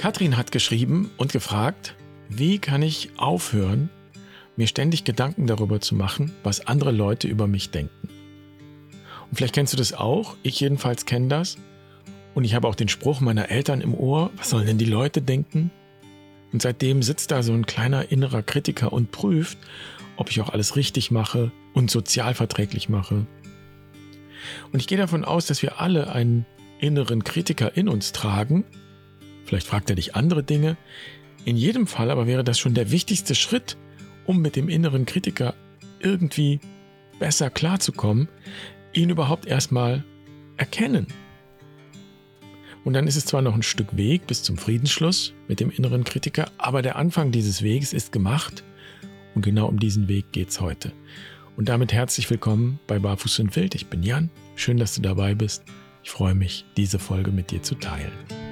Katrin hat geschrieben und gefragt, wie kann ich aufhören, mir ständig Gedanken darüber zu machen, was andere Leute über mich denken. Und vielleicht kennst du das auch, ich jedenfalls kenne das. Und ich habe auch den Spruch meiner Eltern im Ohr, was sollen denn die Leute denken? Und seitdem sitzt da so ein kleiner innerer Kritiker und prüft, ob ich auch alles richtig mache und sozialverträglich mache. Und ich gehe davon aus, dass wir alle einen inneren Kritiker in uns tragen. Vielleicht fragt er dich andere Dinge. In jedem Fall aber wäre das schon der wichtigste Schritt, um mit dem inneren Kritiker irgendwie besser klarzukommen, ihn überhaupt erstmal erkennen. Und dann ist es zwar noch ein Stück Weg bis zum Friedensschluss mit dem inneren Kritiker, aber der Anfang dieses Weges ist gemacht und genau um diesen Weg geht's heute. Und damit herzlich willkommen bei Barfuß und Wild. Ich bin Jan, schön, dass du dabei bist. Ich freue mich, diese Folge mit dir zu teilen.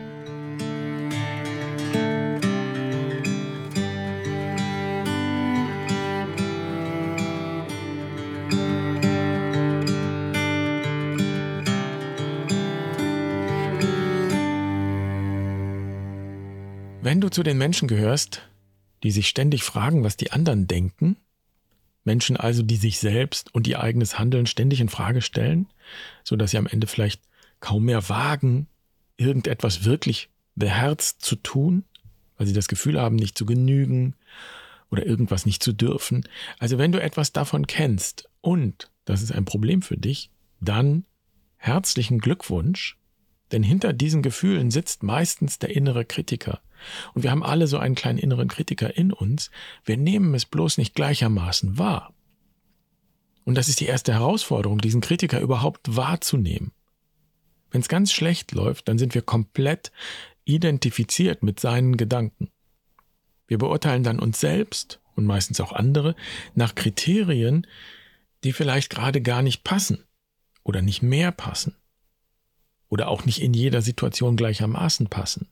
Wenn du zu den Menschen gehörst, die sich ständig fragen, was die anderen denken, Menschen also, die sich selbst und ihr eigenes Handeln ständig in Frage stellen, sodass sie am Ende vielleicht kaum mehr wagen, irgendetwas wirklich beherzt zu tun, weil sie das Gefühl haben, nicht zu genügen oder irgendwas nicht zu dürfen. Also wenn du etwas davon kennst und das ist ein Problem für dich, dann herzlichen Glückwunsch, denn hinter diesen Gefühlen sitzt meistens der innere Kritiker. Und wir haben alle so einen kleinen inneren Kritiker in uns. Wir nehmen es bloß nicht gleichermaßen wahr. Und das ist die erste Herausforderung, diesen Kritiker überhaupt wahrzunehmen. Wenn es ganz schlecht läuft, dann sind wir komplett identifiziert mit seinen Gedanken. Wir beurteilen dann uns selbst und meistens auch andere nach Kriterien, die vielleicht gerade gar nicht passen oder nicht mehr passen oder auch nicht in jeder Situation gleichermaßen passen.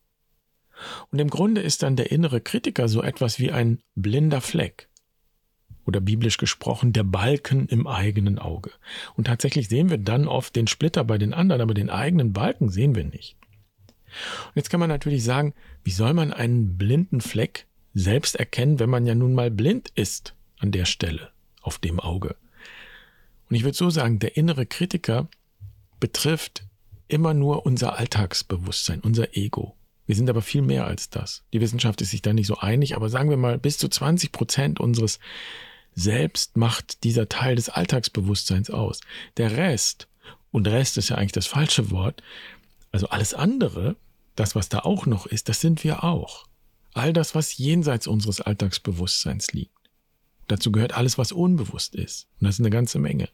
Und im Grunde ist dann der innere Kritiker so etwas wie ein blinder Fleck oder biblisch gesprochen der Balken im eigenen Auge. Und tatsächlich sehen wir dann oft den Splitter bei den anderen, aber den eigenen Balken sehen wir nicht. Und jetzt kann man natürlich sagen, wie soll man einen blinden Fleck selbst erkennen, wenn man ja nun mal blind ist an der Stelle, auf dem Auge. Und ich würde so sagen, der innere Kritiker betrifft immer nur unser Alltagsbewusstsein, unser Ego. Wir sind aber viel mehr als das. Die Wissenschaft ist sich da nicht so einig, aber sagen wir mal, bis zu 20% unseres Selbst macht dieser Teil des Alltagsbewusstseins aus. Der Rest, und Rest ist ja eigentlich das falsche Wort, also alles andere, das, was da auch noch ist, das sind wir auch. All das, was jenseits unseres Alltagsbewusstseins liegt. Dazu gehört alles, was unbewusst ist. Und das ist eine ganze Menge.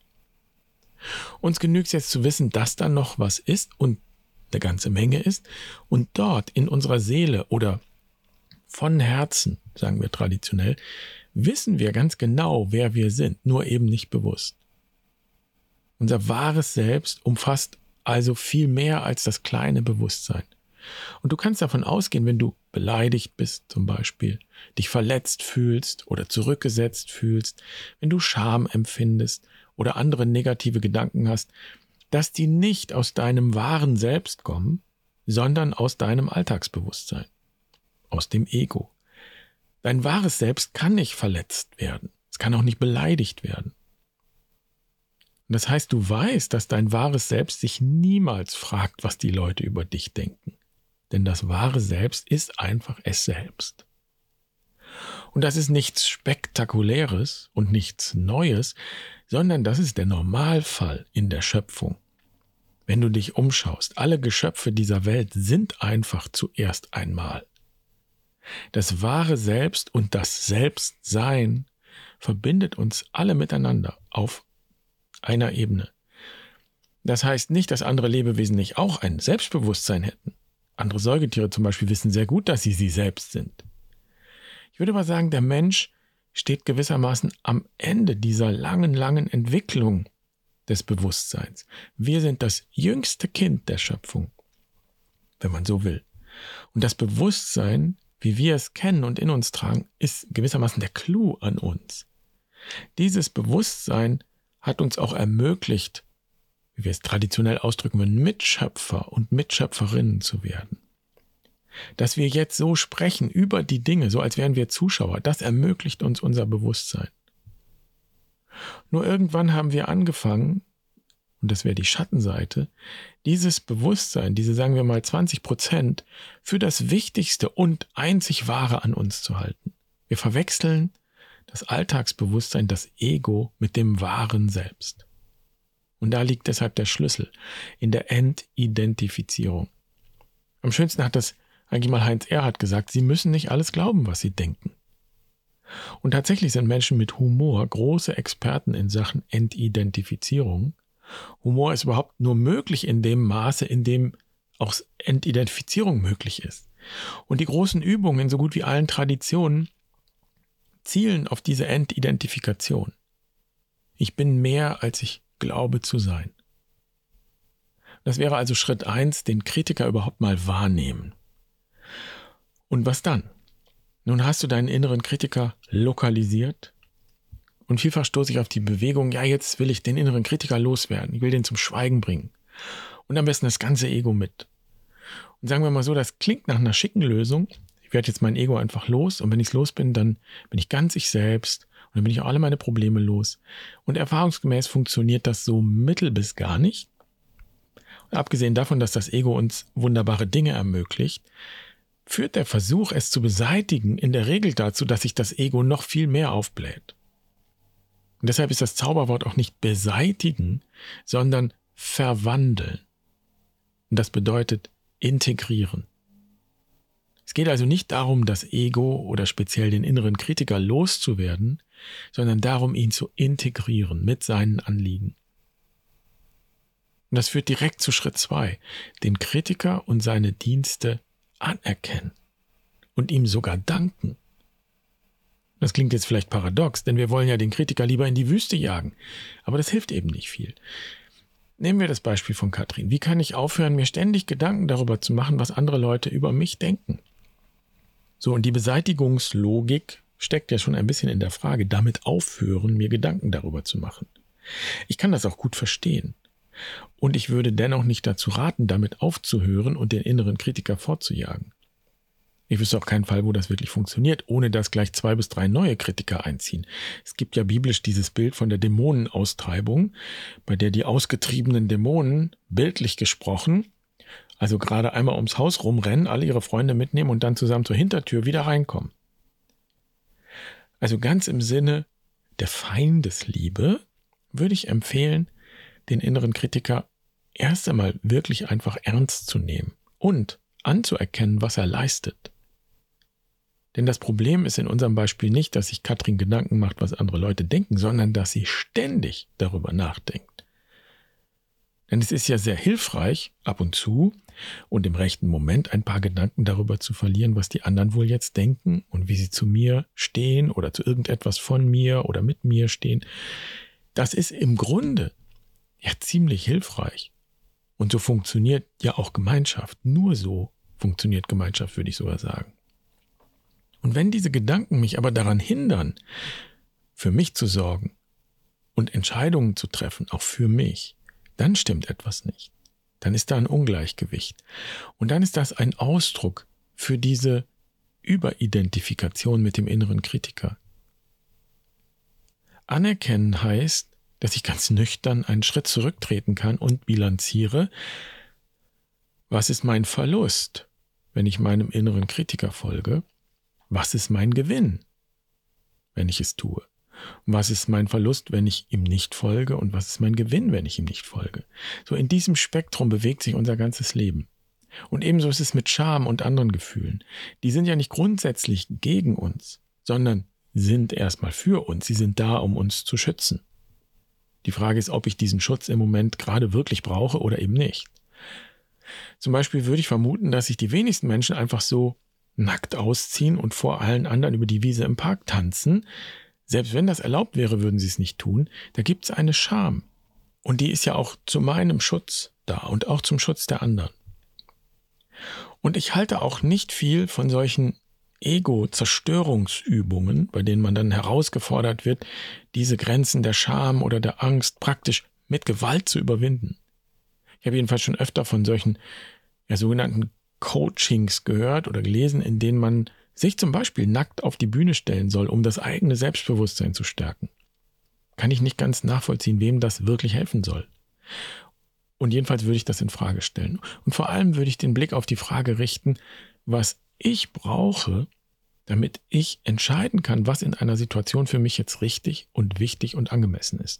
Uns genügt es jetzt zu wissen, dass da noch was ist und eine ganze Menge ist und dort in unserer Seele oder von Herzen, sagen wir traditionell, wissen wir ganz genau, wer wir sind, nur eben nicht bewusst. Unser wahres Selbst umfasst also viel mehr als das kleine Bewusstsein. Und du kannst davon ausgehen, wenn du beleidigt bist zum Beispiel, dich verletzt fühlst oder zurückgesetzt fühlst, wenn du Scham empfindest oder andere negative Gedanken hast, dass die nicht aus deinem wahren Selbst kommen, sondern aus deinem Alltagsbewusstsein, aus dem Ego. Dein wahres Selbst kann nicht verletzt werden. Es kann auch nicht beleidigt werden. Und das heißt, du weißt, dass dein wahres Selbst sich niemals fragt, was die Leute über dich denken. Denn das wahre Selbst ist einfach es selbst. Und das ist nichts Spektakuläres und nichts Neues, sondern das ist der Normalfall in der Schöpfung. Wenn du dich umschaust, alle Geschöpfe dieser Welt sind einfach zuerst einmal. Das wahre Selbst und das Selbstsein verbindet uns alle miteinander auf einer Ebene. Das heißt nicht, dass andere Lebewesen nicht auch ein Selbstbewusstsein hätten. Andere Säugetiere zum Beispiel wissen sehr gut, dass sie selbst sind. Ich würde aber sagen, der Mensch steht gewissermaßen am Ende dieser langen Entwicklung des Bewusstseins. Wir sind das jüngste Kind der Schöpfung, wenn man so will. Und das Bewusstsein, wie wir es kennen und in uns tragen, ist gewissermaßen der Clou an uns. Dieses Bewusstsein hat uns auch ermöglicht, wie wir es traditionell ausdrücken würden, Mitschöpfer und Mitschöpferinnen zu werden. Dass wir jetzt so sprechen über die Dinge, so als wären wir Zuschauer, das ermöglicht uns unser Bewusstsein. Nur irgendwann haben wir angefangen, und das wäre die Schattenseite, dieses Bewusstsein, diese sagen wir mal 20%, für das Wichtigste und einzig Wahre an uns zu halten. Wir verwechseln das Alltagsbewusstsein, das Ego, mit dem wahren Selbst. Und da liegt deshalb der Schlüssel, in der Entidentifizierung. Am schönsten hat das eigentlich mal Heinz Erhardt gesagt, Sie müssen nicht alles glauben, was Sie denken. Und tatsächlich sind Menschen mit Humor große Experten in Sachen Entidentifizierung. Humor ist überhaupt nur möglich in dem Maße, in dem auch Entidentifizierung möglich ist. Und die großen Übungen in so gut wie allen Traditionen zielen auf diese Entidentifikation. Ich bin mehr, als ich glaube zu sein. Das wäre also Schritt 1, den Kritiker überhaupt mal wahrnehmen. Und was dann? Nun hast du deinen inneren Kritiker lokalisiert und vielfach stoße ich auf die Bewegung, ja, jetzt will ich den inneren Kritiker loswerden, ich will den zum Schweigen bringen und am besten das ganze Ego mit. Und sagen wir mal so, das klingt nach einer schicken Lösung, ich werde jetzt mein Ego einfach los und wenn ich los bin, dann bin ich ganz ich selbst und dann bin ich auch alle meine Probleme los. Und erfahrungsgemäß funktioniert das so mittel bis gar nicht. Und abgesehen davon, dass das Ego uns wunderbare Dinge ermöglicht, führt der Versuch, es zu beseitigen, in der Regel dazu, dass sich das Ego noch viel mehr aufbläht. Und deshalb ist das Zauberwort auch nicht beseitigen, sondern verwandeln. Und das bedeutet integrieren. Es geht also nicht darum, das Ego oder speziell den inneren Kritiker loszuwerden, sondern darum, ihn zu integrieren mit seinen Anliegen. Und das führt direkt zu Schritt 2, den Kritiker und seine Dienste anerkennen und ihm sogar danken. Das klingt jetzt vielleicht paradox, denn wir wollen ja den Kritiker lieber in die Wüste jagen, aber das hilft eben nicht viel. Nehmen wir das Beispiel von Katrin. Wie kann ich aufhören, mir ständig Gedanken darüber zu machen, was andere Leute über mich denken? So, und die Beseitigungslogik steckt ja schon ein bisschen in der Frage, damit aufhören, mir Gedanken darüber zu machen. Ich kann das auch gut verstehen. Und ich würde dennoch nicht dazu raten, damit aufzuhören und den inneren Kritiker fortzujagen. Ich wüsste auch keinen Fall, wo das wirklich funktioniert, ohne dass gleich 2 bis 3 neue Kritiker einziehen. Es gibt ja biblisch dieses Bild von der Dämonenaustreibung, bei der die ausgetriebenen Dämonen, bildlich gesprochen, also gerade einmal ums Haus rumrennen, alle ihre Freunde mitnehmen und dann zusammen zur Hintertür wieder reinkommen. Also ganz im Sinne der Feindesliebe würde ich empfehlen, den inneren Kritiker erst einmal wirklich einfach ernst zu nehmen und anzuerkennen, was er leistet. Denn das Problem ist in unserem Beispiel nicht, dass sich Katrin Gedanken macht, was andere Leute denken, sondern dass sie ständig darüber nachdenkt. Denn es ist ja sehr hilfreich, ab und zu und im rechten Moment ein paar Gedanken darüber zu verlieren, was die anderen wohl jetzt denken und wie sie zu mir stehen oder zu irgendetwas von mir oder mit mir stehen. Das ist im Grunde ja ziemlich hilfreich. Und so funktioniert ja auch Gemeinschaft. Nur so funktioniert Gemeinschaft, würde ich sogar sagen. Und wenn diese Gedanken mich aber daran hindern, für mich zu sorgen und Entscheidungen zu treffen, auch für mich, dann stimmt etwas nicht. Dann ist da ein Ungleichgewicht. Und dann ist das ein Ausdruck für diese Überidentifikation mit dem inneren Kritiker. Anerkennen heißt, dass ich ganz nüchtern einen Schritt zurücktreten kann und bilanziere, was ist mein Verlust, wenn ich meinem inneren Kritiker folge? Was ist mein Gewinn, wenn ich es tue? Und was ist mein Verlust, wenn ich ihm nicht folge? Und was ist mein Gewinn, wenn ich ihm nicht folge? So in diesem Spektrum bewegt sich unser ganzes Leben. Und ebenso ist es mit Scham und anderen Gefühlen. Die sind ja nicht grundsätzlich gegen uns, sondern sind erstmal für uns. Sie sind da, um uns zu schützen. Die Frage ist, ob ich diesen Schutz im Moment gerade wirklich brauche oder eben nicht. Zum Beispiel würde ich vermuten, dass sich die wenigsten Menschen einfach so nackt ausziehen und vor allen anderen über die Wiese im Park tanzen. Selbst wenn das erlaubt wäre, würden sie es nicht tun. Da gibt es eine Scham. Und die ist ja auch zu meinem Schutz da und auch zum Schutz der anderen. Und ich halte auch nicht viel von solchen Ego-Zerstörungsübungen, bei denen man dann herausgefordert wird, diese Grenzen der Scham oder der Angst praktisch mit Gewalt zu überwinden. Ich habe jedenfalls schon öfter von solchen sogenannten Coachings gehört oder gelesen, in denen man sich zum Beispiel nackt auf die Bühne stellen soll, um das eigene Selbstbewusstsein zu stärken. Kann ich nicht ganz nachvollziehen, wem das wirklich helfen soll. Und jedenfalls würde ich das in Frage stellen. Und vor allem würde ich den Blick auf die Frage richten, was ich brauche, damit ich entscheiden kann, was in einer Situation für mich jetzt richtig und wichtig und angemessen ist.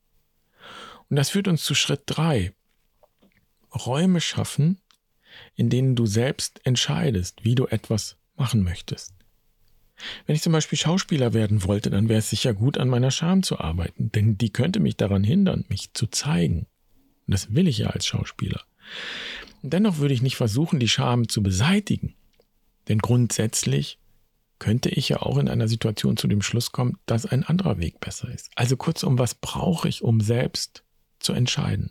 Und das führt uns zu Schritt 3. Räume schaffen, in denen du selbst entscheidest, wie du etwas machen möchtest. Wenn ich zum Beispiel Schauspieler werden wollte, dann wäre es sicher gut, an meiner Scham zu arbeiten, denn die könnte mich daran hindern, mich zu zeigen. Und das will ich ja als Schauspieler. Und dennoch würde ich nicht versuchen, die Scham zu beseitigen, denn grundsätzlich könnte ich ja auch in einer Situation zu dem Schluss kommen, dass ein anderer Weg besser ist. Also kurzum, was brauche ich, um selbst zu entscheiden?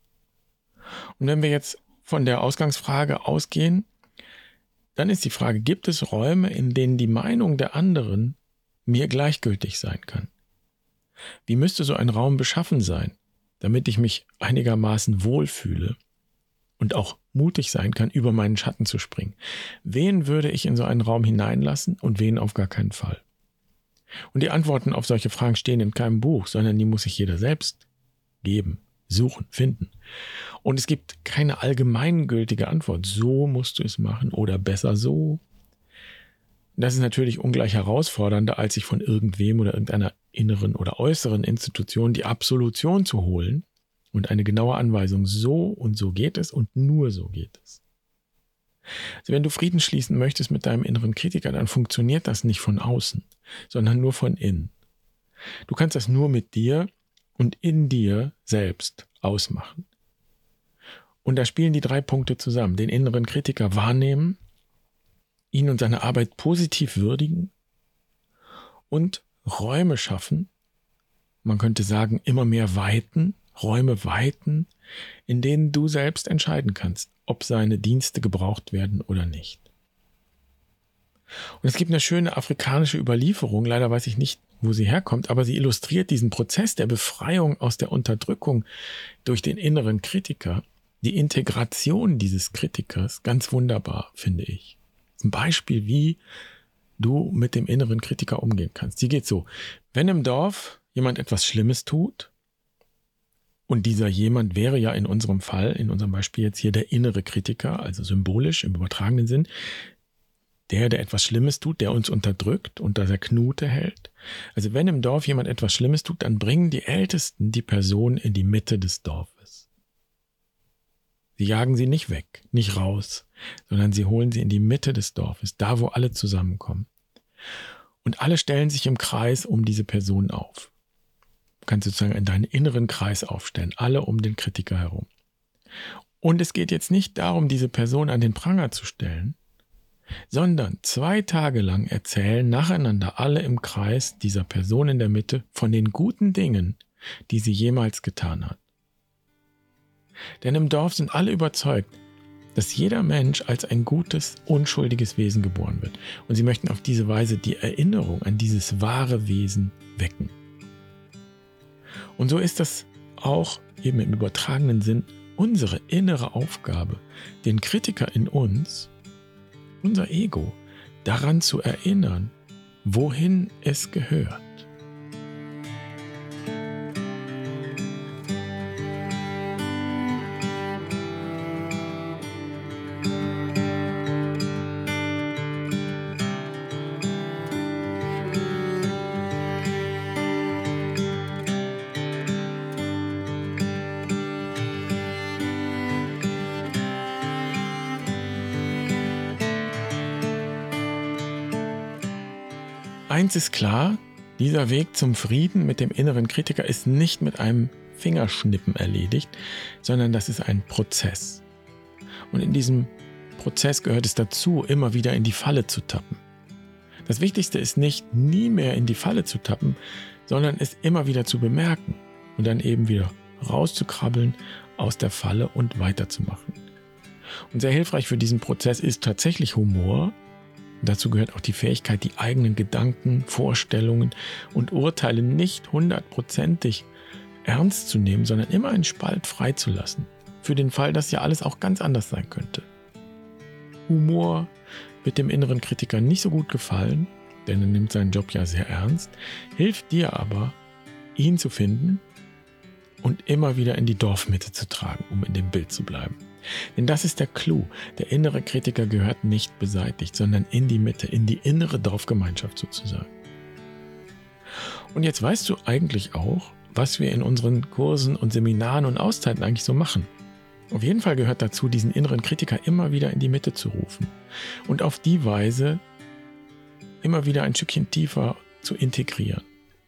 Und wenn wir jetzt von der Ausgangsfrage ausgehen, dann ist die Frage, gibt es Räume, in denen die Meinung der anderen mir gleichgültig sein kann? Wie müsste so ein Raum beschaffen sein, damit ich mich einigermaßen wohlfühle und auch mutig sein kann, über meinen Schatten zu springen? Wen würde ich in so einen Raum hineinlassen und wen auf gar keinen Fall? Und die Antworten auf solche Fragen stehen in keinem Buch, sondern die muss sich jeder selbst geben, suchen, finden. Und es gibt keine allgemeingültige Antwort. So musst du es machen oder besser so. Das ist natürlich ungleich herausfordernder, als sich von irgendwem oder irgendeiner inneren oder äußeren Institution die Absolution zu holen und eine genaue Anweisung, so und so geht es und nur so geht es. Also wenn du Frieden schließen möchtest mit deinem inneren Kritiker, dann funktioniert das nicht von außen, sondern nur von innen. Du kannst das nur mit dir und in dir selbst ausmachen. Und da spielen die 3 Punkte zusammen. Den inneren Kritiker wahrnehmen, ihn und seine Arbeit positiv würdigen und Räume schaffen. Man könnte sagen, immer mehr weiten, Räume weiten, in denen du selbst entscheiden kannst, ob seine Dienste gebraucht werden oder nicht. Und es gibt eine schöne afrikanische Überlieferung, leider weiß ich nicht, wo sie herkommt, aber sie illustriert diesen Prozess der Befreiung aus der Unterdrückung durch den inneren Kritiker, die Integration dieses Kritikers, ganz wunderbar, finde ich. Ein Beispiel, wie du mit dem inneren Kritiker umgehen kannst. Sie geht so: Wenn im Dorf jemand etwas Schlimmes tut, und dieser jemand wäre ja in unserem Fall, in unserem Beispiel jetzt hier der innere Kritiker, also symbolisch im übertragenen Sinn, der etwas Schlimmes tut, der uns unterdrückt, unter der Knute hält. Also wenn im Dorf jemand etwas Schlimmes tut, dann bringen die Ältesten die Person in die Mitte des Dorfes. Sie jagen sie nicht weg, nicht raus, sondern sie holen sie in die Mitte des Dorfes, da wo alle zusammenkommen. Und alle stellen sich im Kreis um diese Person auf. Du kannst sozusagen in deinen inneren Kreis aufstellen, alle um den Kritiker herum. Und es geht jetzt nicht darum, diese Person an den Pranger zu stellen, sondern 2 Tage lang erzählen nacheinander alle im Kreis dieser Person in der Mitte von den guten Dingen, die sie jemals getan hat. Denn im Dorf sind alle überzeugt, dass jeder Mensch als ein gutes, unschuldiges Wesen geboren wird. Und sie möchten auf diese Weise die Erinnerung an dieses wahre Wesen wecken. Und so ist das auch eben im übertragenen Sinn unsere innere Aufgabe, den Kritiker in uns, unser Ego, daran zu erinnern, wohin es gehört. Eins ist klar, dieser Weg zum Frieden mit dem inneren Kritiker ist nicht mit einem Fingerschnippen erledigt, sondern das ist ein Prozess. Und in diesem Prozess gehört es dazu, immer wieder in die Falle zu tappen. Das Wichtigste ist nicht, nie mehr in die Falle zu tappen, sondern es immer wieder zu bemerken und dann eben wieder rauszukrabbeln aus der Falle und weiterzumachen. Und sehr hilfreich für diesen Prozess ist tatsächlich Humor. Dazu gehört auch die Fähigkeit, die eigenen Gedanken, Vorstellungen und Urteile nicht 100%ig ernst zu nehmen, sondern immer einen Spalt freizulassen. Für den Fall, dass ja alles auch ganz anders sein könnte. Humor wird dem inneren Kritiker nicht so gut gefallen, denn er nimmt seinen Job ja sehr ernst, hilft dir aber, ihn zu finden und immer wieder in die Dorfmitte zu tragen, um in dem Bild zu bleiben. Denn das ist der Clou. Der innere Kritiker gehört nicht beseitigt, sondern in die Mitte, in die innere Dorfgemeinschaft sozusagen. Und jetzt weißt du eigentlich auch, was wir in unseren Kursen und Seminaren und Auszeiten eigentlich so machen. Auf jeden Fall gehört dazu, diesen inneren Kritiker immer wieder in die Mitte zu rufen und auf die Weise immer wieder ein Stückchen tiefer zu integrieren.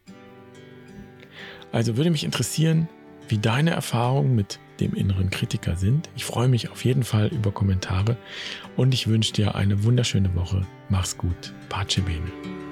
Also würde mich interessieren, wie deine Erfahrungen mit dem inneren Kritiker sind. Ich freue mich auf jeden Fall über Kommentare und ich wünsche dir eine wunderschöne Woche. Mach's gut. Pace bene.